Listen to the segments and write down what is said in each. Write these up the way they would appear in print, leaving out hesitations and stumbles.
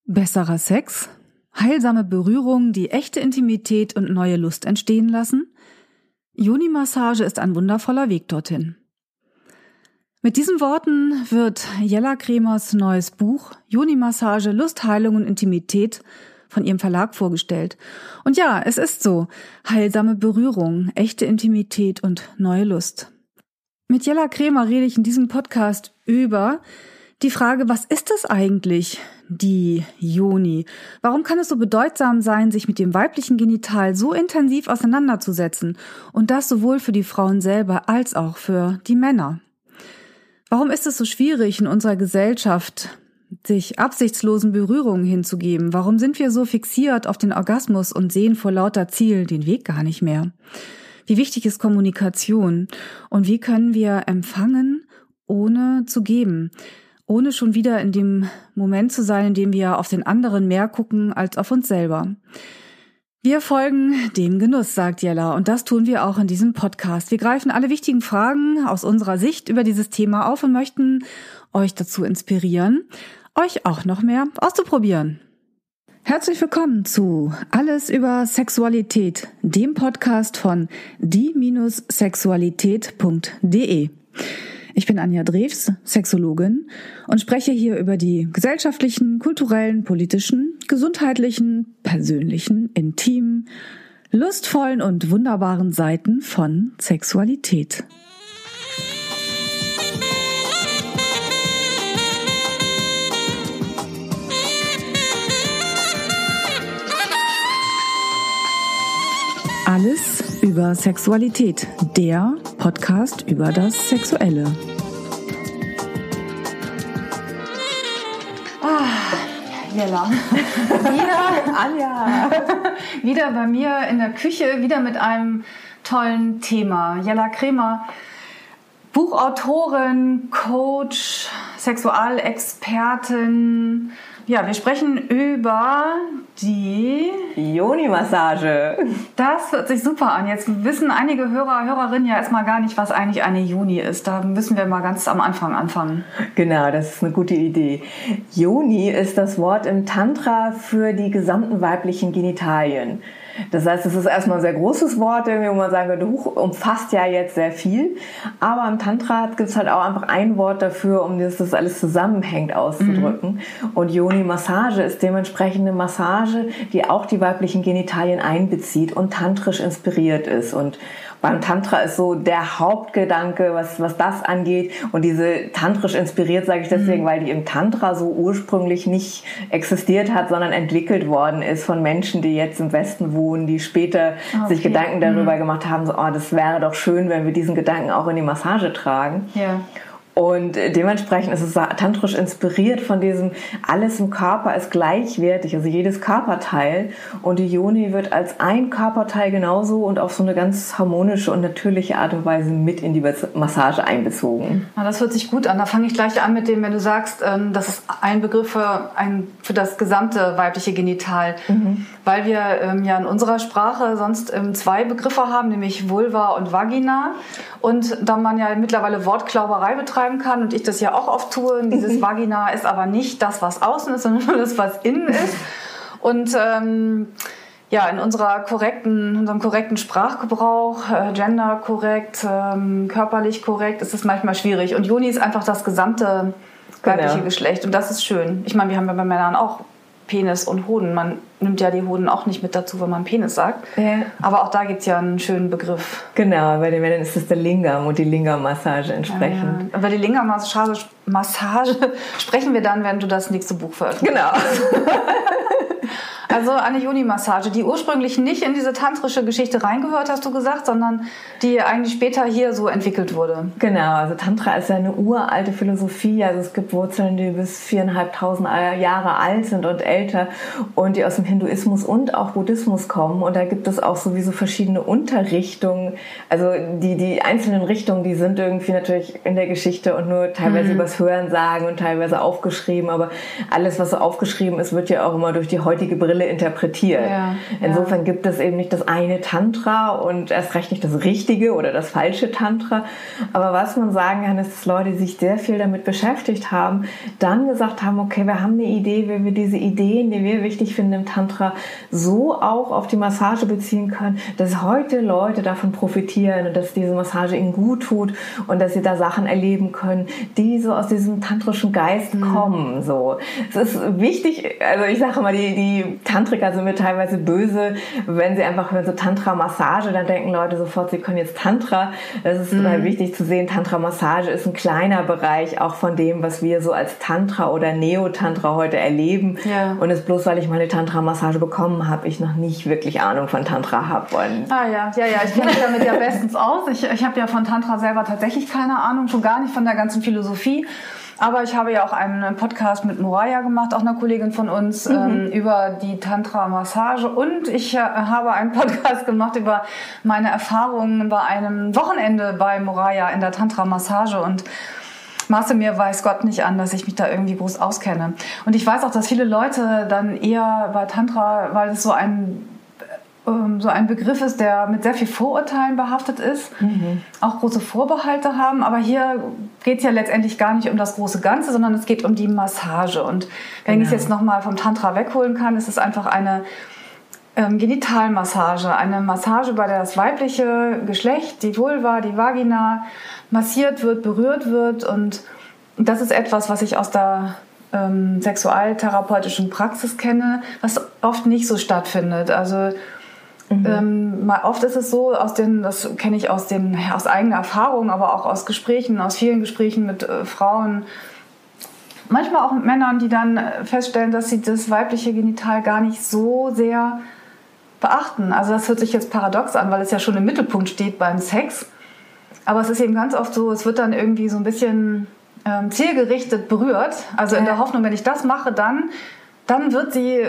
Besserer Sex? Heilsame Berührungen, die echte Intimität und neue Lust entstehen lassen? Yoni-Massage ist ein wundervoller Weg dorthin. Mit diesen Worten wird Jella Kremers neues Buch Yoni-Massage, Lust, Heilung und Intimität von ihrem Verlag vorgestellt. Und ja, es ist so. Heilsame Berührungen, echte Intimität und neue Lust. Mit Jella Kremer rede ich in diesem Podcast über die Frage, was ist es eigentlich, die Yoni? Warum kann es so bedeutsam sein, sich mit dem weiblichen Genital so intensiv auseinanderzusetzen? Und das sowohl für die Frauen selber als auch für die Männer. Warum ist es so schwierig in unserer Gesellschaft, sich absichtslosen Berührungen hinzugeben? Warum sind wir so fixiert auf den Orgasmus und sehen vor lauter Ziel den Weg gar nicht mehr? Wie wichtig ist Kommunikation? Und wie können wir empfangen, ohne zu geben? Ohne schon wieder in dem Moment zu sein, in dem wir auf den anderen mehr gucken als auf uns selber. Wir folgen dem Genuss, sagt Jella, und das tun wir auch in diesem Podcast. Wir greifen alle wichtigen Fragen aus unserer Sicht über dieses Thema auf und möchten euch dazu inspirieren, euch auch noch mehr auszuprobieren. Herzlich willkommen zu Alles über Sexualität, dem Podcast von die-sexualität.de. Ich bin Anja Drews, Sexologin und spreche hier über die gesellschaftlichen, kulturellen, politischen, gesundheitlichen, persönlichen, intimen, lustvollen und wunderbaren Seiten von Sexualität. Alles über Sexualität, der Podcast über das Sexuelle. Jella. Wieder, Anja. Wieder bei mir in der Küche, wieder mit einem tollen Thema. Jella Kremer, Buchautorin, Coach, Sexualexpertin. Ja, wir sprechen über die Yoni-Massage. Das hört sich super an. Jetzt wissen einige Hörerinnen ja erstmal gar nicht, was eigentlich eine Yoni ist. Da müssen wir mal ganz am Anfang anfangen. Genau, das ist eine gute Idee. Yoni ist das Wort im Tantra für die gesamten weiblichen Genitalien. Das heißt, es ist erstmal ein sehr großes Wort, wo man sagen könnte, umfasst ja jetzt sehr viel. Aber im Tantra gibt es halt auch einfach ein Wort dafür, um das alles zusammenhängt auszudrücken. Und Yoni-Massage ist dementsprechend eine Massage, die auch die weiblichen Genitalien einbezieht und tantrisch inspiriert ist. Und beim Tantra ist so der Hauptgedanke, was das angeht. Und diese tantrisch inspiriert, sage ich deswegen, weil die im Tantra so ursprünglich nicht existiert hat, sondern entwickelt worden ist von Menschen, die jetzt im Westen wohnen, die später sich Gedanken darüber gemacht haben, so, das wäre doch schön, wenn wir diesen Gedanken auch in die Massage tragen. Ja. Und dementsprechend ist es tantrisch inspiriert von diesem, alles im Körper ist gleichwertig, also jedes Körperteil. Und die Yoni wird als ein Körperteil genauso und auf so eine ganz harmonische und natürliche Art und Weise mit in die Massage einbezogen. Na, das hört sich gut an. Da fange ich gleich an mit dem, wenn du sagst, das ist ein Begriff für das gesamte weibliche Genital. Weil wir ja in unserer Sprache sonst zwei Begriffe haben, nämlich Vulva und Vagina. Und da man ja mittlerweile Wortklauberei betreiben kann und ich das ja auch oft tue, dieses Vagina ist aber nicht das, was außen ist, sondern nur das, was innen ist. Und ja, in unserem korrekten Sprachgebrauch, genderkorrekt, körperlich korrekt, ist es manchmal schwierig. Und Yoni ist einfach das gesamte weibliche Geschlecht und das ist schön. Ich meine, wir haben ja bei Männern auch Penis und Hoden. Man nimmt ja die Hoden auch nicht mit dazu, wenn man Penis sagt. Ja. Aber auch da gibt es ja einen schönen Begriff. Genau, bei den Männern ist es der Lingam und die Lingam-Massage entsprechend. Ja. Über die Lingam-Massage sprechen wir dann, wenn du das nächste Buch veröffentlichst. Genau. Also eine Yoni-Massage, die ursprünglich nicht in diese tantrische Geschichte reingehört, hast du gesagt, sondern die eigentlich später hier so entwickelt wurde. Genau, also Tantra ist ja eine uralte Philosophie, also es gibt Wurzeln, die bis 4.500 Jahre alt sind und älter und die aus dem Hinduismus und auch Buddhismus kommen und da gibt es auch sowieso verschiedene Unterrichtungen, also die einzelnen Richtungen, die sind irgendwie natürlich in der Geschichte und nur teilweise übers Hören sagen und teilweise aufgeschrieben, aber alles, was so aufgeschrieben ist, wird ja auch immer durch die heutige Brille Brille interpretiert. Ja, insofern gibt es eben nicht das eine Tantra und erst recht nicht das richtige oder das falsche Tantra. Aber was man sagen kann, ist, dass Leute, die sich sehr viel damit beschäftigt haben, dann gesagt haben, okay, wir haben eine Idee, wie wir diese Ideen, die wir wichtig finden im Tantra, so auch auf die Massage beziehen können, dass heute Leute davon profitieren und dass diese Massage ihnen gut tut und dass sie da Sachen erleben können, die so aus diesem tantrischen Geist kommen. So. Es ist wichtig, also ich sage mal, die Tantriker sind mir teilweise böse, wenn sie einfach hören, so Tantra-Massage, dann denken Leute sofort, sie können jetzt Tantra. Das ist total wichtig zu sehen, Tantra-Massage ist ein kleiner Bereich auch von dem, was wir so als Tantra oder Neo-Tantra heute erleben. Ja. Und es bloß, weil ich mal eine Tantra-Massage bekommen habe, ich noch nicht wirklich Ahnung von Tantra habe. Ja, ich kenne mich damit ja bestens aus. Ich habe ja von Tantra selber tatsächlich keine Ahnung, schon gar nicht von der ganzen Philosophie. Aber ich habe ja auch einen Podcast mit Moraya gemacht, auch einer Kollegin von uns, über die Tantra-Massage. Und ich habe einen Podcast gemacht über meine Erfahrungen bei einem Wochenende bei Moraya in der Tantra-Massage. Und maße mir, weiß Gott, nicht an, dass ich mich da irgendwie groß auskenne. Und ich weiß auch, dass viele Leute dann eher bei Tantra, weil es so ein Begriff ist, der mit sehr viel Vorurteilen behaftet ist, auch große Vorbehalte haben. Aber hier geht es ja letztendlich gar nicht um das große Ganze, sondern es geht um die Massage. Und wenn ich es jetzt nochmal vom Tantra wegholen kann, ist es einfach eine Genitalmassage. Eine Massage, bei der das weibliche Geschlecht, die Vulva, die Vagina, massiert wird, berührt wird. Und das ist etwas, was ich aus der sexualtherapeutischen Praxis kenne, was oft nicht so stattfindet. Also oft ist es so, das kenne ich aus eigener Erfahrung, aber auch aus vielen Gesprächen mit Frauen, manchmal auch mit Männern, die dann feststellen, dass sie das weibliche Genital gar nicht so sehr beachten. Also das hört sich jetzt paradox an, weil es ja schon im Mittelpunkt steht beim Sex. Aber es ist eben ganz oft so, es wird dann irgendwie so ein bisschen zielgerichtet berührt. Also in der Hoffnung, wenn ich das mache, dann wird sie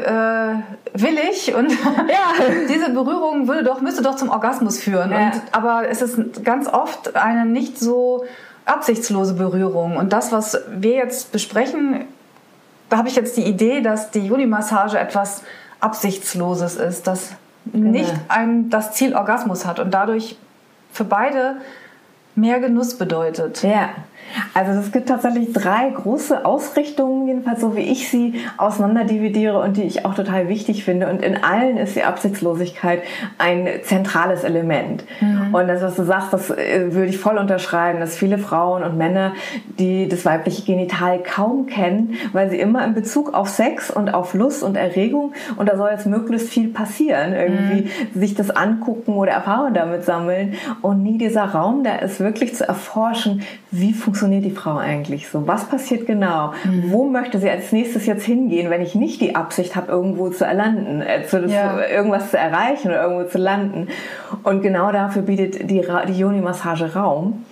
willig und diese Berührung müsste doch zum Orgasmus führen. Ja. Aber es ist ganz oft eine nicht so absichtslose Berührung. Und das, was wir jetzt besprechen, da habe ich jetzt die Idee, dass die Yoni-Massage etwas Absichtsloses ist, das nicht das Ziel Orgasmus hat und dadurch für beide mehr Genuss bedeutet. Ja. Also es gibt tatsächlich 3 große Ausrichtungen, jedenfalls so wie ich sie auseinanderdividiere und die ich auch total wichtig finde. Und in allen ist die Absichtslosigkeit ein zentrales Element. Und das, was du sagst, das würde ich voll unterschreiben, dass viele Frauen und Männer, die das weibliche Genital kaum kennen, weil sie immer in Bezug auf Sex und auf Lust und Erregung, und da soll jetzt möglichst viel passieren, irgendwie sich das angucken oder Erfahrungen damit sammeln und nie dieser Raum da ist, wirklich zu erforschen, wie funktioniert die Frau eigentlich so? Was passiert genau? Wo möchte sie als nächstes jetzt hingehen, wenn ich nicht die Absicht habe, irgendwo zu landen, irgendwas zu erreichen oder irgendwo zu landen? Und genau dafür bietet die Yoni-Massage Raum.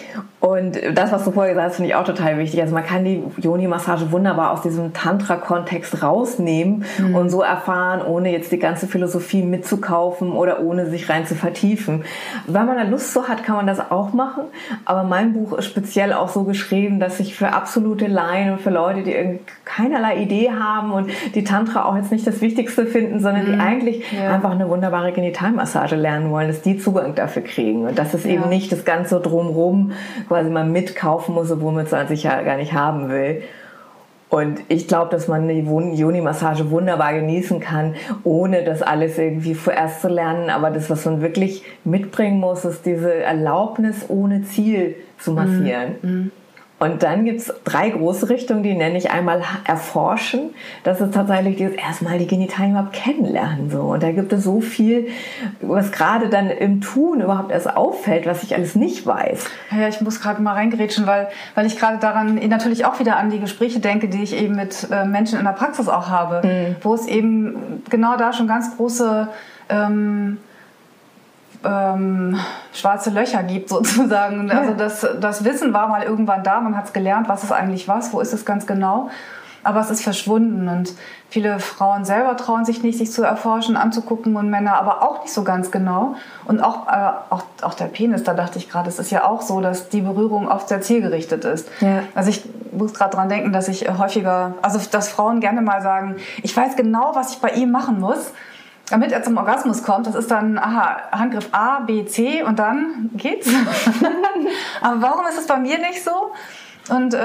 Und das, was du vorher gesagt hast, finde ich auch total wichtig. Also man kann die Yoni-Massage wunderbar aus diesem Tantra-Kontext rausnehmen und so erfahren, ohne jetzt die ganze Philosophie mitzukaufen oder ohne sich rein zu vertiefen. Wenn man da Lust so hat, kann man das auch machen. Aber mein Buch ist speziell auch so geschrieben, dass ich für absolute Laien und für Leute, die irgendwie keinerlei Idee haben und die Tantra auch jetzt nicht das Wichtigste finden, sondern die eigentlich einfach eine wunderbare Genitalmassage lernen wollen, dass die Zugang dafür kriegen. Und das ist eben nicht das Ganze drumrum, quasi mal mitkaufen muss, obwohl man es sich ja gar nicht haben will. Und ich glaube, dass man die Yoni-Massage wunderbar genießen kann, ohne das alles irgendwie vorerst zu lernen. Aber das, was man wirklich mitbringen muss, ist diese Erlaubnis, ohne Ziel zu massieren. Und dann gibt es 3 große Richtungen, die nenne ich einmal erforschen. Das ist tatsächlich erstmal die Genitalien überhaupt kennenlernen. So. Und da gibt es so viel, was gerade dann im Tun überhaupt erst auffällt, was ich alles nicht weiß. Ja, ich muss gerade mal reingrätschen, weil ich gerade daran natürlich auch wieder an die Gespräche denke, die ich eben mit Menschen in der Praxis auch habe, wo es eben genau da schon ganz große schwarze Löcher gibt sozusagen. Also das Wissen war mal irgendwann da, man hat es gelernt, was ist eigentlich was, wo ist es ganz genau, aber es ist verschwunden und viele Frauen selber trauen sich nicht, sich zu erforschen, anzugucken und Männer aber auch nicht so ganz genau und auch der Penis, da dachte ich gerade, es ist ja auch so, dass die Berührung oft sehr zielgerichtet ist. Ja. Also ich muss gerade dran denken, dass ich häufiger, also dass Frauen gerne mal sagen, ich weiß genau, was ich bei ihm machen muss, damit er zum Orgasmus kommt. Das ist dann, Handgriff A, B, C und dann geht's. Aber warum ist es bei mir nicht so? Und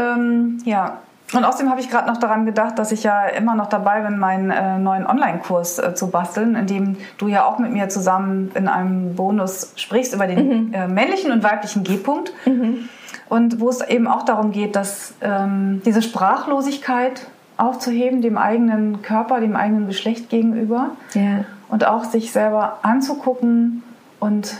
und außerdem habe ich gerade noch daran gedacht, dass ich ja immer noch dabei bin, meinen neuen Online-Kurs zu basteln, in dem du ja auch mit mir zusammen in einem Bonus sprichst über den männlichen und weiblichen G-Punkt. Und wo es eben auch darum geht, dass diese Sprachlosigkeit aufzuheben, dem eigenen Körper, dem eigenen Geschlecht gegenüber. Ja. Und auch sich selber anzugucken und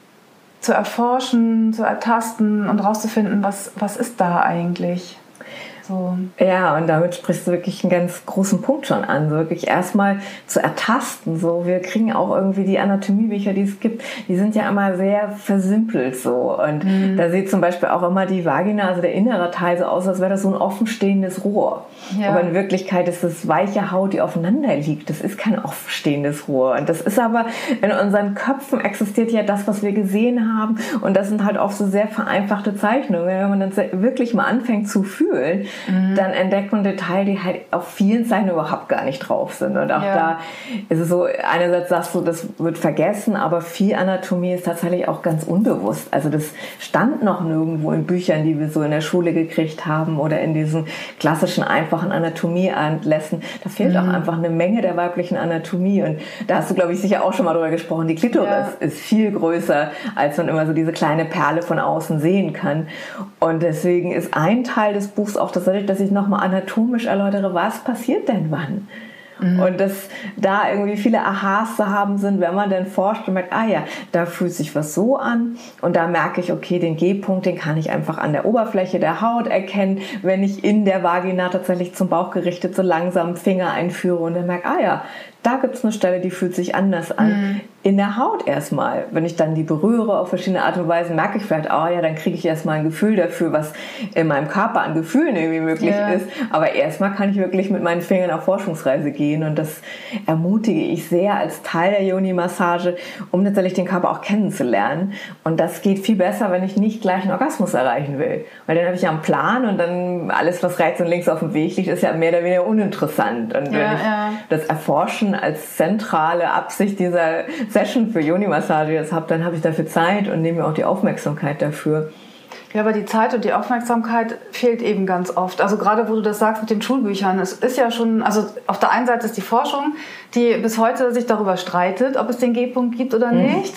zu erforschen, zu ertasten und rauszufinden, was ist da eigentlich. So. Ja, und damit sprichst du wirklich einen ganz großen Punkt schon an, so wirklich erstmal zu ertasten. So, wir kriegen auch irgendwie die Anatomiebbücher, die es gibt, die sind ja immer sehr versimpelt so. Und da sieht zum Beispiel auch immer die Vagina, also der innere Teil, so aus, als wäre das so ein offenstehendes Rohr. Ja. Aber in Wirklichkeit ist das weiche Haut, die aufeinander liegt. Das ist kein offenstehendes Rohr. Und das ist aber, in unseren Köpfen existiert ja das, was wir gesehen haben. Und das sind halt auch so sehr vereinfachte Zeichnungen. Wenn man dann wirklich mal anfängt zu fühlen, dann entdeckt man Details, die halt auf vielen Seiten überhaupt gar nicht drauf sind. Und auch da ist es so, einerseits sagst du, das wird vergessen, aber viel Anatomie ist tatsächlich auch ganz unbewusst. Also das stand noch nirgendwo in Büchern, die wir so in der Schule gekriegt haben oder in diesen klassischen, einfachen Anatomieanlässen. Da fehlt auch einfach eine Menge der weiblichen Anatomie. Und da hast du, glaube ich, sicher auch schon mal drüber gesprochen. Die Klitoris ist viel größer, als man immer so diese kleine Perle von außen sehen kann. Und deswegen ist ein Teil des Buchs auch das, dass ich nochmal anatomisch erläutere, was passiert denn wann? Und dass da irgendwie viele Aha's zu haben sind, wenn man dann forscht und merkt, da fühlt sich was so an und da merke ich, okay, den G-Punkt, den kann ich einfach an der Oberfläche der Haut erkennen, wenn ich in der Vagina tatsächlich zum Bauch gerichtet so langsam Finger einführe und dann merke, da gibt es eine Stelle, die fühlt sich anders an. In der Haut erstmal. Wenn ich dann die berühre auf verschiedene Art und Weise, merke ich vielleicht, dann kriege ich erstmal ein Gefühl dafür, was in meinem Körper an Gefühlen irgendwie möglich ist. Aber erstmal kann ich wirklich mit meinen Fingern auf Forschungsreise gehen und das ermutige ich sehr als Teil der Yoni-Massage, um tatsächlich den Körper auch kennenzulernen. Und das geht viel besser, wenn ich nicht gleich einen Orgasmus erreichen will. Weil dann habe ich ja einen Plan und dann alles, was rechts und links auf dem Weg liegt, ist ja mehr oder weniger uninteressant. Und wenn ich das Erforschen als zentrale Absicht dieser Session für Yoni-Massage jetzt habe, dann habe ich dafür Zeit und nehme mir auch die Aufmerksamkeit dafür. Ja, aber die Zeit und die Aufmerksamkeit fehlt eben ganz oft. Also gerade, wo du das sagst mit den Schulbüchern, es ist ja schon, also auf der einen Seite ist die Forschung, die bis heute sich darüber streitet, ob es den G-Punkt gibt oder nicht.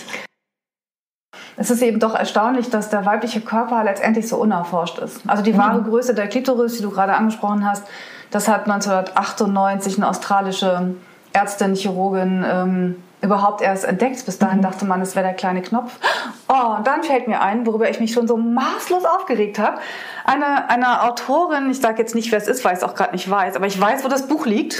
Es ist eben doch erstaunlich, dass der weibliche Körper letztendlich so unerforscht ist. Also die wahre Größe der Klitoris, die du gerade angesprochen hast, das hat 1998 eine australische Ärztin, Chirurgin überhaupt erst entdeckt. Bis dahin dachte man, es wäre der kleine Knopf. Und dann fällt mir ein, worüber ich mich schon so maßlos aufgeregt habe. Eine Autorin, ich sage jetzt nicht, wer es ist, weil ich es auch gerade nicht weiß, aber ich weiß, wo das Buch liegt.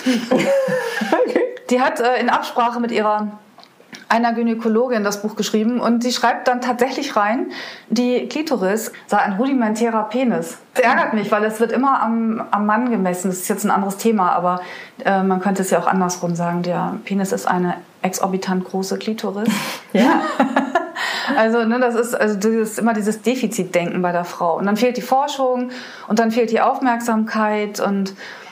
Die hat in Absprache mit einer Gynäkologin das Buch geschrieben und sie schreibt dann tatsächlich rein, die Klitoris sei ein rudimentärer Penis. Das ärgert mich, weil es wird immer am Mann gemessen. Das ist jetzt ein anderes Thema, aber man könnte es ja auch andersrum sagen. Der Penis ist eine exorbitant große Klitoris. Ja. Das ist immer dieses Defizitdenken bei der Frau. Und dann fehlt die Forschung und dann fehlt die Aufmerksamkeit und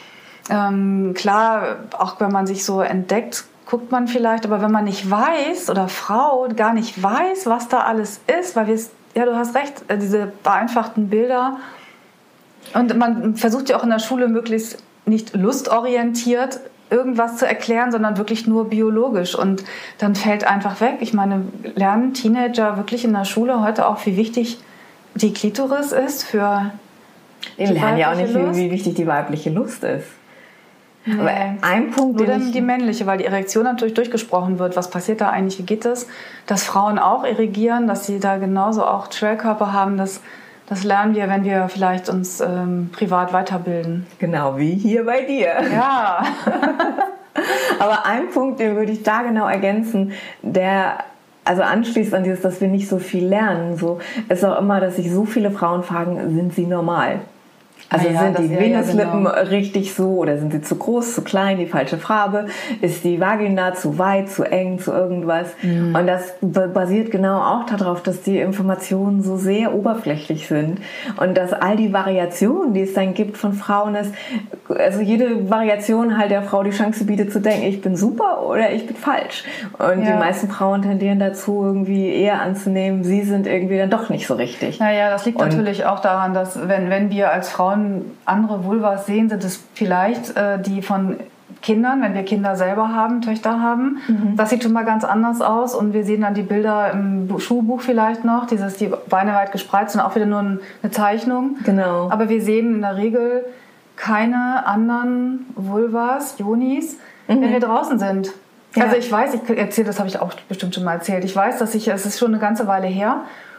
klar, auch wenn man sich so entdeckt, guckt man vielleicht, aber wenn man nicht weiß oder Frau gar nicht weiß, was da alles ist, weil du hast recht, diese vereinfachten Bilder und man versucht ja auch in der Schule möglichst nicht lustorientiert irgendwas zu erklären, sondern wirklich nur biologisch und dann fällt einfach weg. Ich meine, lernen Teenager wirklich in der Schule heute auch, wie wichtig die Klitoris ist für die lernen ja auch nicht, wie wichtig die weibliche Lust ist. Nee. Aber ein Punkt, nur dann die männliche, weil die Erektion natürlich durchgesprochen wird. Was passiert da eigentlich? Wie geht das? Dass Frauen auch erigieren, dass sie da genauso auch Schwellkörper haben, das lernen wir, wenn wir vielleicht uns privat weiterbilden. Genau, wie hier bei dir. Ja. Aber ein Punkt, den würde ich da genau ergänzen, der anschließt an dieses, dass wir nicht so viel lernen. So ist auch immer, dass sich so viele Frauen fragen, sind sie normal? Also sind die Venuslippen richtig so oder sind sie zu groß, zu klein, die falsche Farbe? Ist die Vagina zu weit, zu eng, zu irgendwas? Und das basiert genau auch darauf, dass die Informationen so sehr oberflächlich sind und dass all die Variationen, die es dann gibt von Frauen, ist, also jede Variation halt der Frau die Chance bietet zu denken, ich bin super oder ich bin falsch. Und die meisten Frauen tendieren dazu, irgendwie eher anzunehmen, sie sind irgendwie dann doch nicht so richtig. Naja, das liegt natürlich auch daran, dass wenn wir als Frauen andere Vulvas sehen, sind es vielleicht die von Kindern, wenn wir Kinder selber haben, Töchter haben. Das sieht schon mal ganz anders aus und wir sehen dann die Bilder im Schulbuch vielleicht noch, die Beine weit gespreizt sind, auch wieder nur eine Zeichnung. Genau. Aber wir sehen in der Regel keine anderen Vulvas, Yonis, wenn wir draußen sind. Ja. Also ich weiß, ich erzähle, das habe ich auch bestimmt schon mal erzählt, ich weiß, es ist schon eine ganze Weile her,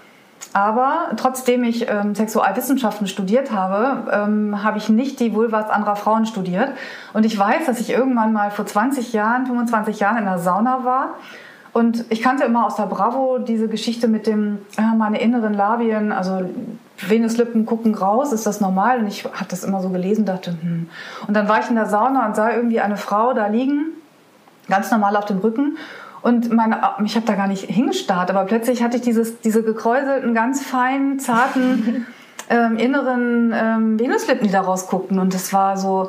aber trotzdem ich Sexualwissenschaften studiert habe, habe ich nicht die Vulvas anderer Frauen studiert. Und ich weiß, dass ich irgendwann mal vor 25 Jahren in der Sauna war. Und ich kannte immer aus der Bravo diese Geschichte mit dem, meine inneren Labien, also Venuslippen gucken raus, ist das normal? Und ich habe das immer so gelesen und dachte, Und dann war ich in der Sauna und sah irgendwie eine Frau da liegen, ganz normal auf dem Rücken. Und ich habe da gar nicht hingestarrt, aber plötzlich hatte ich diese gekräuselten, ganz feinen, zarten inneren Venuslippen, die da rausguckten. Und es war so,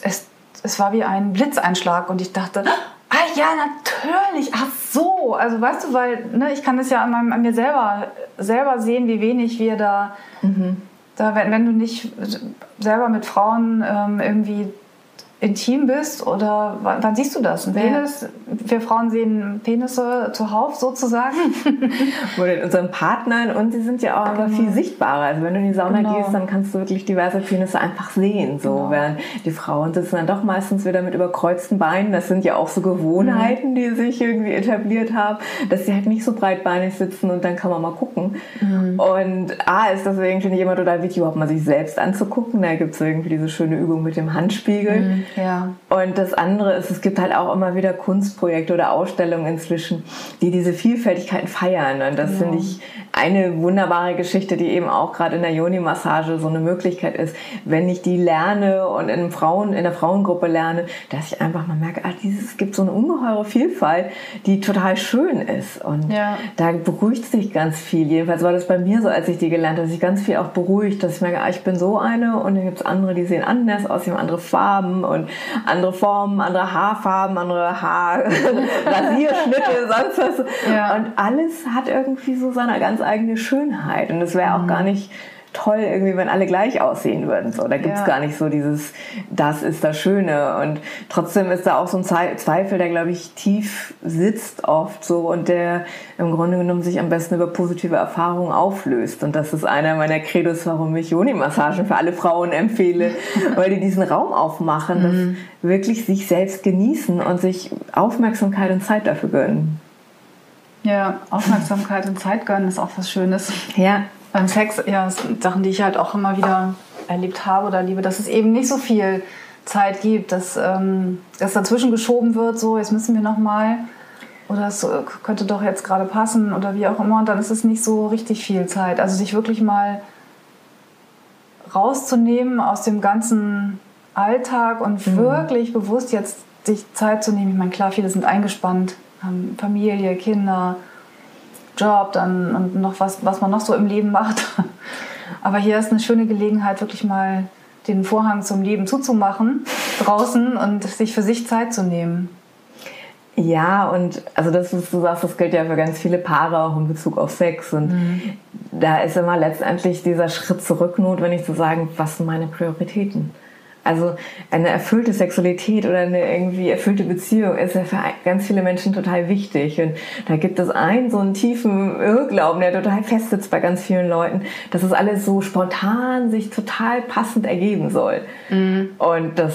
es war wie ein Blitzeinschlag. Und ich dachte, ja, natürlich, ach so. Also weißt du, weil ich kann das ja an mir selber sehen, wie wenig wir da wenn du nicht selber mit Frauen irgendwie intim bist, oder wann siehst du das? Ein Penis? Wir Frauen sehen Penisse zuhauf sozusagen. Oder in unseren Partnern, und sie sind ja auch aber viel sichtbarer. Also wenn du in die Sauna gehst, dann kannst du wirklich diverse Penisse einfach sehen. So. Während die Frauen sitzen dann doch meistens wieder mit überkreuzten Beinen. Das sind ja auch so Gewohnheiten, die sich irgendwie etabliert haben, dass sie halt nicht so breitbeinig sitzen und dann kann man mal gucken. Und ist deswegen, finde ich, immer total wichtig, überhaupt mal sich selbst anzugucken. Da gibt es irgendwie diese schöne Übung mit dem Handspiegel. Ja. Und das andere ist, es gibt halt auch immer wieder Kunstprojekte oder Ausstellungen inzwischen, die diese Vielfältigkeiten feiern. Und das finde ich eine wunderbare Geschichte, die eben auch gerade in der Yoni-Massage so eine Möglichkeit ist, wenn ich die lerne und in der Frauengruppe lerne, dass ich einfach mal merke, es gibt so eine ungeheure Vielfalt, die total schön ist. Und da beruhigt sich ganz viel. Jedenfalls war das bei mir so, als ich die gelernt habe, dass sich ganz viel auch beruhigt, dass ich merke, ich bin so eine, und dann gibt es andere, die sehen anders aus, die haben andere Farben und andere Formen, andere Haarfarben, andere Rasierschnitte, sonst was. Ja. Und alles hat irgendwie so seine ganz eigene Schönheit. Und es wäre auch gar nicht toll, irgendwie, wenn alle gleich aussehen würden. So, da gibt's gar nicht so dieses, das ist das Schöne. Und trotzdem ist da auch so ein Zweifel, der, glaube ich, tief sitzt oft so und der im Grunde genommen sich am besten über positive Erfahrungen auflöst. Und das ist einer meiner Credos, warum ich Yoni-Massagen für alle Frauen empfehle, weil die diesen Raum aufmachen, dass wirklich sich selbst genießen und sich Aufmerksamkeit und Zeit dafür gönnen. Ja, Aufmerksamkeit und Zeit gönnen ist auch was Schönes. Ja. Beim Sex, das sind Sachen, die ich halt auch immer wieder erlebt habe oder liebe, dass es eben nicht so viel Zeit gibt, dass dazwischen geschoben wird, so jetzt müssen wir nochmal oder es könnte doch jetzt gerade passen oder wie auch immer, und dann ist es nicht so richtig viel Zeit. Also sich wirklich mal rauszunehmen aus dem ganzen Alltag und wirklich bewusst jetzt sich Zeit zu nehmen. Ich meine, klar, viele sind eingespannt, haben Familie, Kinder, Job dann und noch was man noch so im Leben macht. Aber hier ist eine schöne Gelegenheit, wirklich mal den Vorhang zum Leben zuzumachen draußen und sich für sich Zeit zu nehmen. Ja, und also das, was du sagst, das gilt ja für ganz viele Paare auch in Bezug auf Sex. Und da ist immer letztendlich dieser Schritt zurück notwendig zu sagen, was sind meine Prioritäten? Also eine erfüllte Sexualität oder eine irgendwie erfüllte Beziehung ist ja für ganz viele Menschen total wichtig. Und da gibt es so einen tiefen Irrglauben, der total fest sitzt bei ganz vielen Leuten, dass es alles so spontan sich total passend ergeben soll. Und das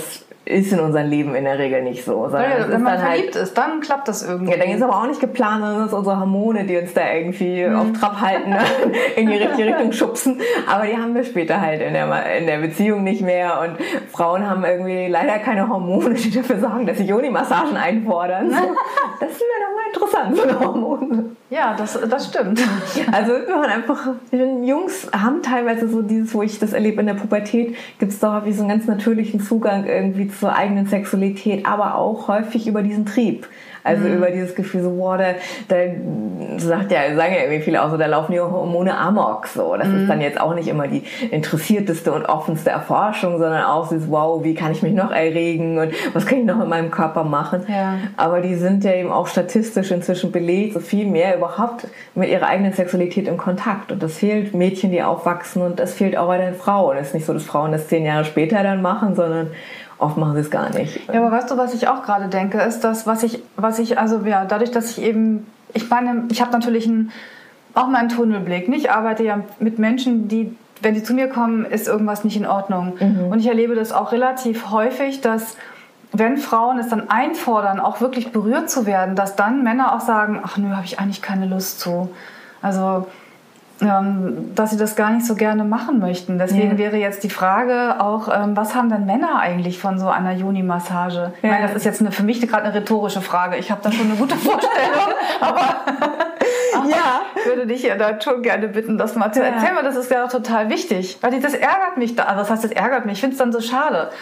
ist in unserem Leben in der Regel nicht so. Wenn man verliebt ist, dann klappt das irgendwie. Ja, dann ist es aber auch nicht geplant, sondern es sind unsere Hormone, die uns da irgendwie auf Trab halten, in die richtige Richtung schubsen. Aber die haben wir später halt in der Beziehung nicht mehr. Und Frauen haben irgendwie leider keine Hormone, die dafür sorgen, dass sie Yoni-Massagen einfordern. So, das ist mir nochmal interessant, so eine Hormone. Ja, das stimmt. Also Jungs haben teilweise so dieses, wo ich das erlebe in der Pubertät, gibt es da wie so einen ganz natürlichen Zugang irgendwie zur eigenen Sexualität, aber auch häufig über diesen Trieb. Also über dieses Gefühl so, wow, da sagen ja irgendwie viele auch so, da laufen die Hormone amok, so. Das ist dann jetzt auch nicht immer die interessierteste und offenste Erforschung, sondern auch dieses, wow, wie kann ich mich noch erregen und was kann ich noch mit meinem Körper machen? Ja. Aber die sind ja eben auch statistisch inzwischen belegt, so viel mehr überhaupt mit ihrer eigenen Sexualität in Kontakt. Und das fehlt Mädchen, die aufwachsen, und das fehlt auch bei den Frauen. Es ist nicht so, dass Frauen das 10 Jahre später dann machen, sondern oft machen sie es gar nicht. Ja, aber weißt du, was ich auch gerade denke, ist das, dadurch, dass ich habe natürlich auch meinen Tunnelblick. Ich arbeite ja mit Menschen, die, wenn sie zu mir kommen, ist irgendwas nicht in Ordnung. Und ich erlebe das auch relativ häufig, dass wenn Frauen es dann einfordern, auch wirklich berührt zu werden, dass dann Männer auch sagen, ach nö, habe ich eigentlich keine Lust zu. Also dass sie das gar nicht so gerne machen möchten. Deswegen wäre jetzt die Frage auch, was haben denn Männer eigentlich von so einer Yoni-Massage? Ich meine, das ist jetzt für mich gerade eine rhetorische Frage. Ich habe da schon eine gute Vorstellung, aber ich würde dich ja da schon gerne bitten, das mal zu erzählen, weil das ist ja total wichtig. Weil das ärgert mich da. Also was heißt, das ärgert mich? Ich finde es dann so schade.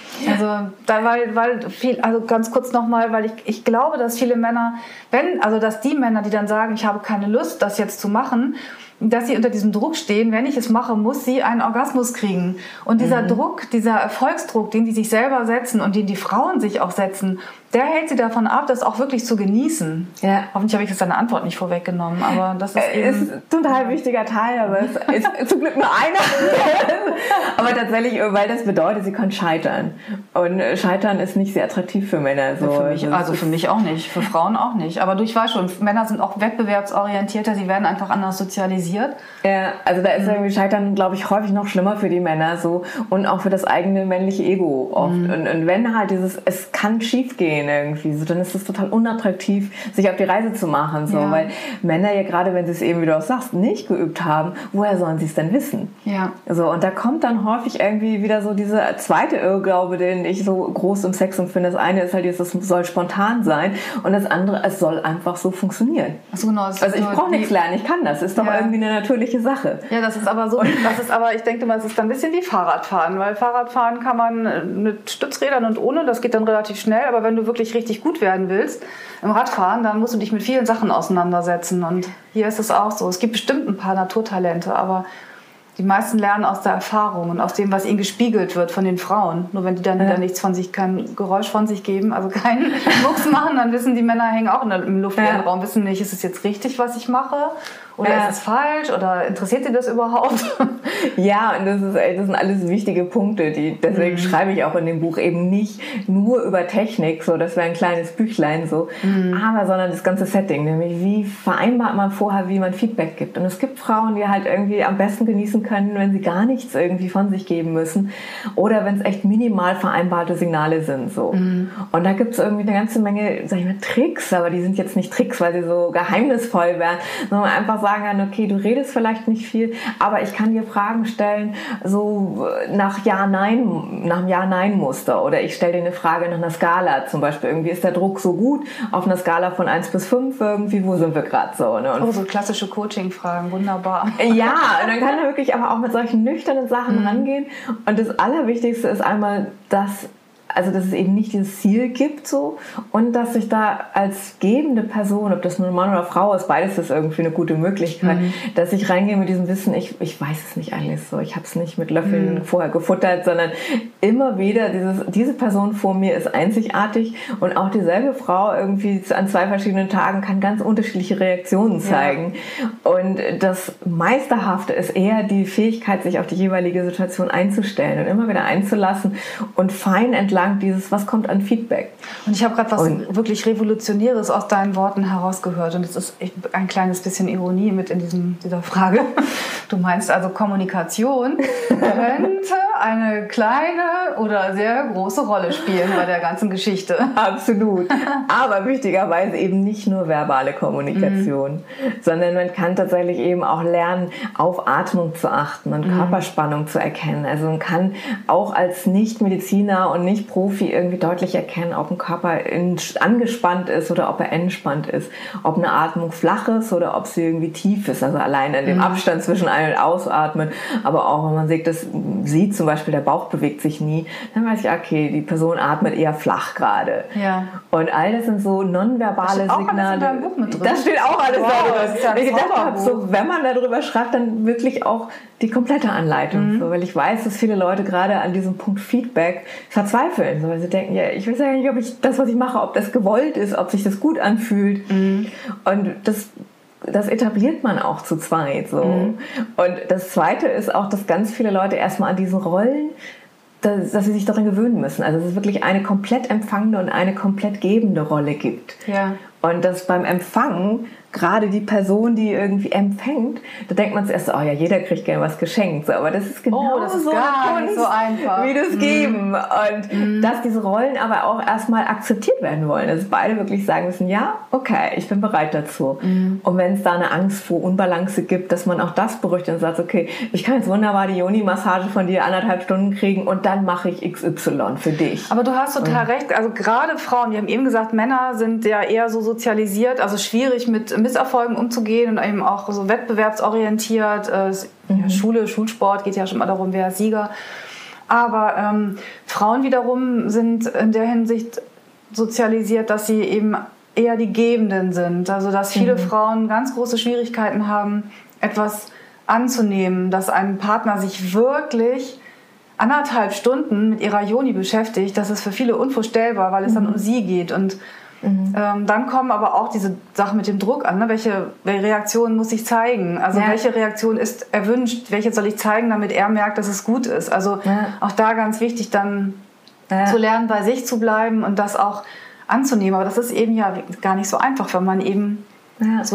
Also ganz kurz nochmal, weil ich glaube, dass viele Männer, dass die Männer, die dann sagen, ich habe keine Lust, das jetzt zu machen, dass sie unter diesem Druck stehen, wenn ich es mache, muss sie einen Orgasmus kriegen. Und dieser Druck, dieser Erfolgsdruck, den die sich selber setzen und den die Frauen sich auch setzen, der hält sie davon ab, das auch wirklich zu genießen. Ja. Hoffentlich habe ich jetzt deine Antwort nicht vorweggenommen, aber das ist eben... ist ein total wichtiger Teil, aber es ist zum Glück nur einer. Aber tatsächlich, weil das bedeutet, sie können scheitern. Und Scheitern ist nicht sehr attraktiv für Männer. So. Für mich auch nicht, für Frauen auch nicht. Aber ich weiß schon, Männer sind auch wettbewerbsorientierter, sie werden einfach anders sozialisiert. Ja, also da ist irgendwie Scheitern, glaube ich, häufig noch schlimmer für die Männer so und auch für das eigene männliche Ego oft. Und wenn halt es kann schief gehen irgendwie, so, dann ist es total unattraktiv, sich auf die Reise zu machen, so, weil Männer ja gerade, wenn sie es eben, wie du auch sagst, nicht geübt haben, woher sollen sie es denn wissen? Ja. So, und da kommt dann häufig irgendwie wieder so dieser zweite Irrglaube, den ich so groß im Sex empfinde. Das eine ist halt, es soll spontan sein und das andere, es soll einfach so funktionieren. Ach so, genau, also ich brauche nichts lernen, ich kann das. Ist doch irgendwie eine natürliche Sache. Ja, das ist aber so, ich denke mal, es ist dann ein bisschen wie Fahrradfahren, weil Fahrradfahren kann man mit Stützrädern und ohne, das geht dann relativ schnell, aber wenn du wirklich richtig gut werden willst im Radfahren, dann musst du dich mit vielen Sachen auseinandersetzen und hier ist es auch so. Es gibt bestimmt ein paar Naturtalente, aber die meisten lernen aus der Erfahrung und aus dem, was ihnen gespiegelt wird von den Frauen. Nur wenn die dann wieder kein Geräusch von sich geben, also keinen Mucks machen, dann wissen die Männer hängen auch im luftleeren Raum, wissen nicht, ist es jetzt richtig, was ich mache? Oder ist es falsch? Oder interessiert Sie das überhaupt? Ja, und das sind alles wichtige Punkte. Deswegen schreibe ich auch in dem Buch eben nicht nur über Technik, so, das wäre ein kleines Büchlein, so, sondern das ganze Setting, nämlich wie vereinbart man vorher, wie man Feedback gibt. Und es gibt Frauen, die halt irgendwie am besten genießen können, wenn sie gar nichts irgendwie von sich geben müssen oder wenn es echt minimal vereinbarte Signale sind, so. Und da gibt es irgendwie eine ganze Menge, sag ich mal, Tricks, aber die sind jetzt nicht Tricks, weil sie so geheimnisvoll wären, sondern einfach sagen kann, okay, du redest vielleicht nicht viel, aber ich kann dir Fragen stellen, so nach Ja-Nein-Muster, oder ich stelle dir eine Frage nach einer Skala, zum Beispiel irgendwie, ist der Druck so gut auf einer Skala von 1 bis 5 irgendwie, wo sind wir gerade so? Ne? So klassische Coaching-Fragen, wunderbar. Ja, und dann kann er wirklich aber auch mit solchen nüchternen Sachen rangehen, und das Allerwichtigste ist einmal, dass es eben nicht dieses Ziel gibt, so, und dass ich da als gebende Person, ob das nun Mann oder Frau ist, beides ist irgendwie eine gute Möglichkeit, dass ich reingehe mit diesem Wissen, ich weiß es nicht eigentlich so, ich habe es nicht mit Löffeln vorher gefuttert, sondern immer wieder diese Person vor mir ist einzigartig, und auch dieselbe Frau irgendwie an 2 verschiedenen Tagen kann ganz unterschiedliche Reaktionen zeigen. Und das Meisterhafte ist eher die Fähigkeit, sich auf die jeweilige Situation einzustellen und immer wieder einzulassen und fein entlang was kommt an Feedback. Und ich habe gerade was wirklich Revolutionäres aus deinen Worten herausgehört, und es ist ein kleines bisschen Ironie mit in dieser Frage. Du meinst also, Kommunikation könnte eine kleine oder sehr große Rolle spielen bei der ganzen Geschichte. Absolut. Aber wichtigerweise eben nicht nur verbale Kommunikation, sondern man kann tatsächlich eben auch lernen, auf Atmung zu achten und Körperspannung zu erkennen. Also man kann auch als Nicht-Mediziner und Nicht-Profi irgendwie deutlich erkennen, ob ein Körper angespannt ist oder ob er entspannt ist. Ob eine Atmung flach ist oder ob sie irgendwie tief ist. Also allein an dem Abstand zwischen Ein- und Ausatmen. Aber auch wenn man sieht zum Beispiel, der Bauch bewegt sich nie, dann weiß ich, okay, die Person atmet eher flach gerade. Ja. Und all das sind so nonverbale Signale. In deinem Buch mit drin. Das steht auch alles da Das ist ja drin. ein Ich gedacht habe, Zauberbuch. so, wenn man darüber schreibt, dann wirklich auch die komplette Anleitung. So, weil ich weiß, dass viele Leute gerade an diesem Punkt Feedback verzweifeln. So, weil sie denken, ja, ich weiß ja nicht, ob ich das, was ich mache, ob das gewollt ist, ob sich das gut anfühlt. Und das etabliert man auch zu zweit. So. Und das Zweite ist auch, dass ganz viele Leute erstmal an diesen Rollen, dass sie sich daran gewöhnen müssen. Also dass es wirklich eine komplett empfangende und eine komplett gebende Rolle gibt. Ja. Und dass beim Empfangen gerade die Person, die irgendwie empfängt, da denkt man zuerst, oh ja, jeder kriegt gerne was geschenkt. So, aber das ist genau das ist so gar eine nicht Kunst, so einfach. wie das Geben. Und dass diese Rollen aber auch erstmal akzeptiert werden wollen. Dass beide wirklich sagen müssen, ja, okay, ich bin bereit dazu. Und wenn es da eine Angst vor Unbalance gibt, dass man auch das beruhigt und sagt, okay, ich kann jetzt wunderbar die Yoni-Massage von dir 1,5 Stunden kriegen und dann mache ich XY für dich. Aber du hast total recht. Also gerade Frauen, wir haben eben gesagt, Männer sind ja eher so sozialisiert, also schwierig mit Misserfolgen umzugehen und eben auch so wettbewerbsorientiert. Schule, Schulsport geht ja schon mal darum, wer ist Sieger. Aber Frauen wiederum sind in der Hinsicht sozialisiert, dass sie eben eher die Gebenden sind. Also dass viele Frauen ganz große Schwierigkeiten haben, etwas anzunehmen, dass ein Partner sich wirklich 1,5 Stunden mit ihrer Yoni beschäftigt. Das ist für viele unvorstellbar, weil es dann um sie geht. Und dann kommen aber auch diese Sachen mit dem Druck an. Ne? Welche Reaktion muss ich zeigen? Also welche Reaktion ist erwünscht? Welche soll ich zeigen, damit er merkt, dass es gut ist? Also auch da ganz wichtig, dann zu lernen, bei sich zu bleiben und das auch anzunehmen. Aber das ist eben ja gar nicht so einfach, wenn man eben so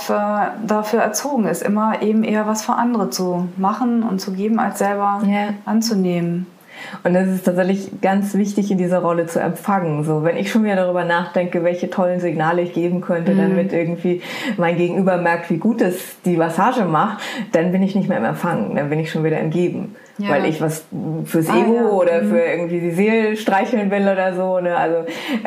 dafür erzogen ist, immer eben eher was für andere zu machen und zu geben, als selber anzunehmen. Und das ist tatsächlich ganz wichtig, in dieser Rolle zu empfangen. So, wenn ich schon wieder darüber nachdenke, welche tollen Signale ich geben könnte, damit irgendwie mein Gegenüber merkt, wie gut es die Massage macht, dann bin ich nicht mehr im Empfangen, dann bin ich schon wieder im Geben. Ja. Weil ich was fürs Ego oder für irgendwie die Seele streicheln will oder so. Ne? Also,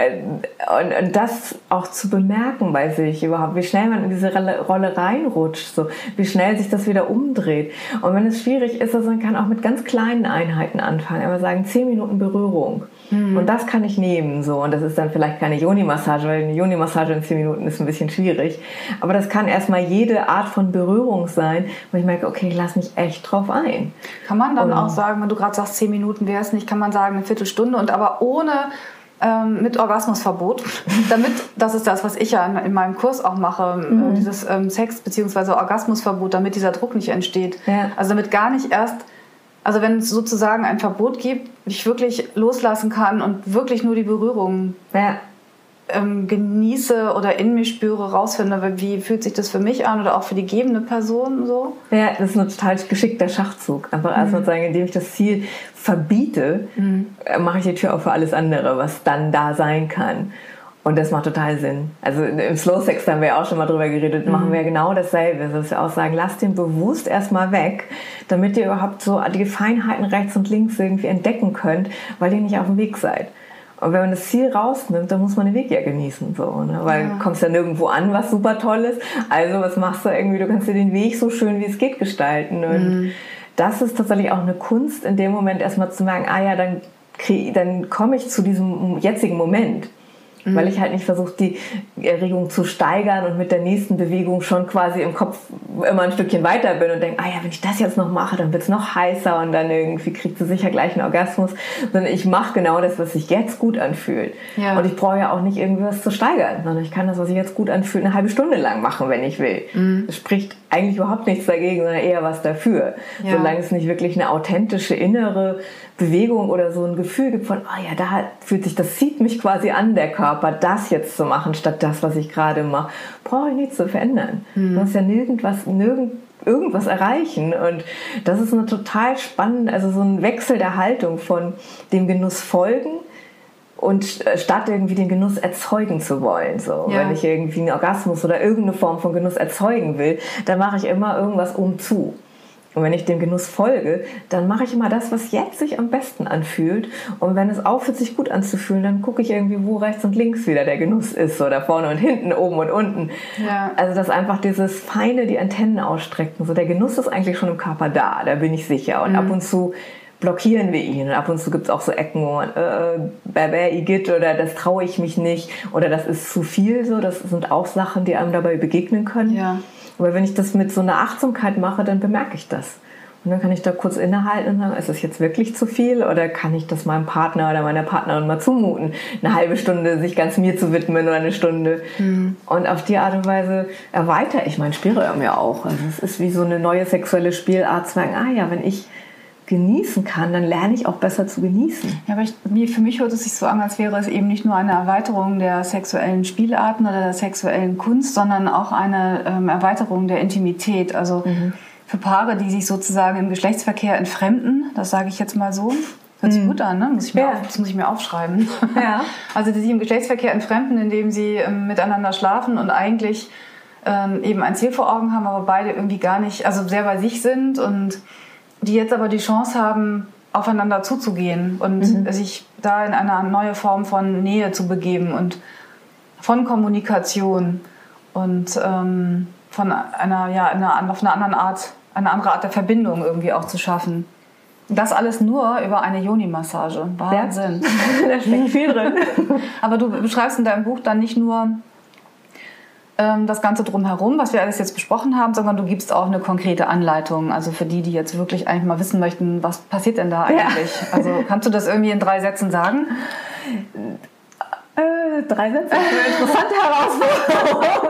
und das auch zu bemerken bei sich überhaupt, wie schnell man in diese Rolle reinrutscht, so, wie schnell sich das wieder umdreht. Und wenn es schwierig ist, also man kann auch mit ganz kleinen Einheiten anfangen. Aber sagen 10 Minuten Berührung. Und das kann ich nehmen. So. Und das ist dann vielleicht keine Yoni-Massage, weil eine Yoni-Massage in 10 Minuten ist ein bisschen schwierig. Aber das kann erstmal jede Art von Berührung sein, wo ich merke, okay, ich lasse mich echt drauf ein. Kann man dann auch sagen, wenn du gerade sagst, 10 Minuten wäre es nicht, kann man sagen, eine Viertelstunde und aber ohne mit Orgasmusverbot. Das ist das, was ich ja in meinem Kurs auch mache, dieses Sex- bzw. Orgasmusverbot, damit dieser Druck nicht entsteht. Ja. Also damit gar nicht erst, also wenn es sozusagen ein Verbot gibt, ich wirklich loslassen kann und wirklich nur die Berührung genieße oder in mir spüre, rausfinde, wie fühlt sich das für mich an oder auch für die gebende Person so. Ja, das ist ein total geschickter Schachzug. Einfach erstmal sagen, indem ich das Ziel verbiete, mache ich die Tür auf für alles andere, was dann da sein kann. Und das macht total Sinn. Also im Slow Sex, da haben wir ja auch schon mal drüber geredet, machen wir genau dasselbe. Dass wir auch sagen, lasst den bewusst erstmal weg, damit ihr überhaupt so die Feinheiten rechts und links irgendwie entdecken könnt, weil ihr nicht auf dem Weg seid. Und wenn man das Ziel rausnimmt, dann muss man den Weg ja genießen. So, ne? Weil du kommst ja nirgendwo an, was super toll ist. Also was machst du irgendwie? Du kannst dir den Weg so schön wie es geht gestalten. Und das ist tatsächlich auch eine Kunst, in dem Moment erstmal zu merken, dann komme ich zu diesem jetzigen Moment. Weil ich halt nicht versuche, die Erregung zu steigern und mit der nächsten Bewegung schon quasi im Kopf immer ein Stückchen weiter bin und denke, wenn ich das jetzt noch mache, dann wird es noch heißer und dann irgendwie kriegt sie sicher gleich einen Orgasmus. Sondern ich mache genau das, was sich jetzt gut anfühlt. Ja. Und ich brauche ja auch nicht irgendwie was zu steigern, sondern ich kann das, was sich jetzt gut anfühlt, eine halbe Stunde lang machen, wenn ich will. Das spricht eigentlich überhaupt nichts dagegen, sondern eher was dafür. Ja. Solange es nicht wirklich eine authentische innere Bewegung oder so ein Gefühl gibt von, da fühlt sich, das zieht mich quasi an, der Körper, das jetzt zu machen, statt das, was ich gerade mache, brauche ich nichts zu verändern. Das ist ja nirgendwo irgendwas erreichen. Und das ist eine total spannende, also so ein Wechsel der Haltung von dem Genuss folgen und statt irgendwie den Genuss erzeugen zu wollen. So. Ja. Wenn ich irgendwie einen Orgasmus oder irgendeine Form von Genuss erzeugen will, dann mache ich immer irgendwas umzu. Und wenn ich dem Genuss folge, dann mache ich immer das, was jetzt sich am besten anfühlt. Und wenn es aufhört, sich gut anzufühlen, dann gucke ich irgendwie, wo rechts und links wieder der Genuss ist. Oder vorne und hinten, oben und unten. Ja. Also dass einfach dieses Feine, die Antennen ausstrecken. So, der Genuss ist eigentlich schon im Körper da bin ich sicher. Und ab und zu blockieren wir ihn. Und ab und zu gibt es auch so Ecken, wo man, Igitt, oder das traue ich mich nicht. Oder das ist zu viel. So, das sind auch Sachen, die einem dabei begegnen können. Ja. Aber wenn ich das mit so einer Achtsamkeit mache, dann bemerke ich das. Und dann kann ich da kurz innehalten und sagen, ist das jetzt wirklich zu viel? Oder kann ich das meinem Partner oder meiner Partnerin mal zumuten, eine halbe Stunde sich ganz mir zu widmen oder eine Stunde? Mhm. Und auf die Art und Weise erweitere ich mein Spielraum ja auch. Also es ist wie so eine neue sexuelle Spielart zu sagen, wenn ich genießen kann, dann lerne ich auch besser zu genießen. Ja, aber für mich hört es sich so an, als wäre es eben nicht nur eine Erweiterung der sexuellen Spielarten oder der sexuellen Kunst, sondern auch eine Erweiterung der Intimität. Also für Paare, die sich sozusagen im Geschlechtsverkehr entfremden, das sage ich jetzt mal so, hört sich gut an, ne? Das muss ich mir aufschreiben. Ja. Also die sich im Geschlechtsverkehr entfremden, indem sie miteinander schlafen und eigentlich eben ein Ziel vor Augen haben, aber beide irgendwie gar nicht, also sehr bei sich sind und die jetzt aber die Chance haben, aufeinander zuzugehen und sich da in eine neue Form von Nähe zu begeben und von Kommunikation und von auf eine andere Art der Verbindung irgendwie auch zu schaffen. Das alles nur über eine Yoni-Massage. Wahnsinn. Da steckt viel drin. Aber du beschreibst in deinem Buch dann nicht nur das Ganze drumherum, was wir alles jetzt besprochen haben, sondern du gibst auch eine konkrete Anleitung. Also für die jetzt wirklich eigentlich mal wissen möchten, was passiert denn da eigentlich? Ja. Also kannst du das irgendwie in 3 Sätzen sagen? 3 Sätze? Eine interessante Herausforderung.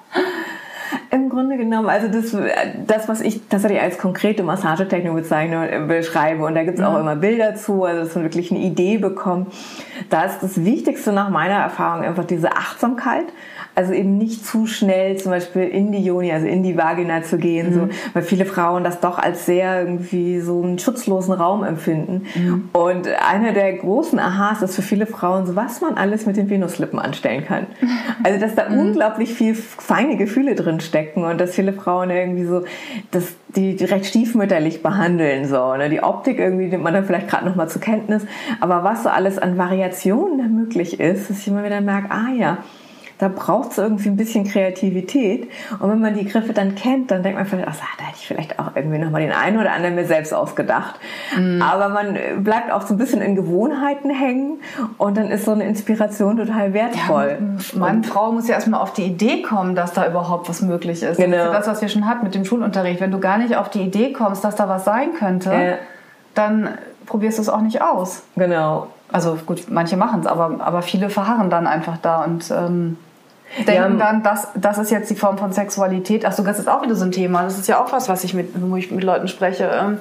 Im Grunde genommen, also das, was ich tatsächlich als konkrete Massagetechnik beschreibe, und da gibt es auch immer Bilder zu, also dass man wirklich eine Idee bekommt, da ist das Wichtigste nach meiner Erfahrung einfach diese Achtsamkeit. Also eben nicht zu schnell zum Beispiel in die Yoni, also in die Vagina zu gehen, so, weil viele Frauen das doch als sehr irgendwie so einen schutzlosen Raum empfinden. Und einer der großen Aha's ist für viele Frauen so, was man alles mit den Venuslippen anstellen kann. Also dass da unglaublich viel feine Gefühle drin stecken und dass viele Frauen irgendwie so, dass die recht stiefmütterlich behandeln, so, ne? Die Optik irgendwie nimmt man dann vielleicht gerade noch mal zur Kenntnis, aber was so alles an Variationen da möglich ist, dass ich immer wieder merke, da braucht es irgendwie ein bisschen Kreativität. Und wenn man die Griffe dann kennt, dann denkt man vielleicht, da hätte ich vielleicht auch irgendwie nochmal den einen oder anderen mir selbst ausgedacht. Aber man bleibt auch so ein bisschen in Gewohnheiten hängen und dann ist so eine Inspiration total wertvoll. Ja, Frau muss ja erstmal auf die Idee kommen, dass da überhaupt was möglich ist. Genau. Das ist das, was wir schon hatten mit dem Schulunterricht. Wenn du gar nicht auf die Idee kommst, dass da was sein könnte, dann probierst du es auch nicht aus. Genau. Also gut, manche machen es, aber viele verharren dann einfach da und denken dann, das ist jetzt die Form von Sexualität. Achso, das ist auch wieder so ein Thema. Das ist ja auch was, wo ich mit Leuten spreche,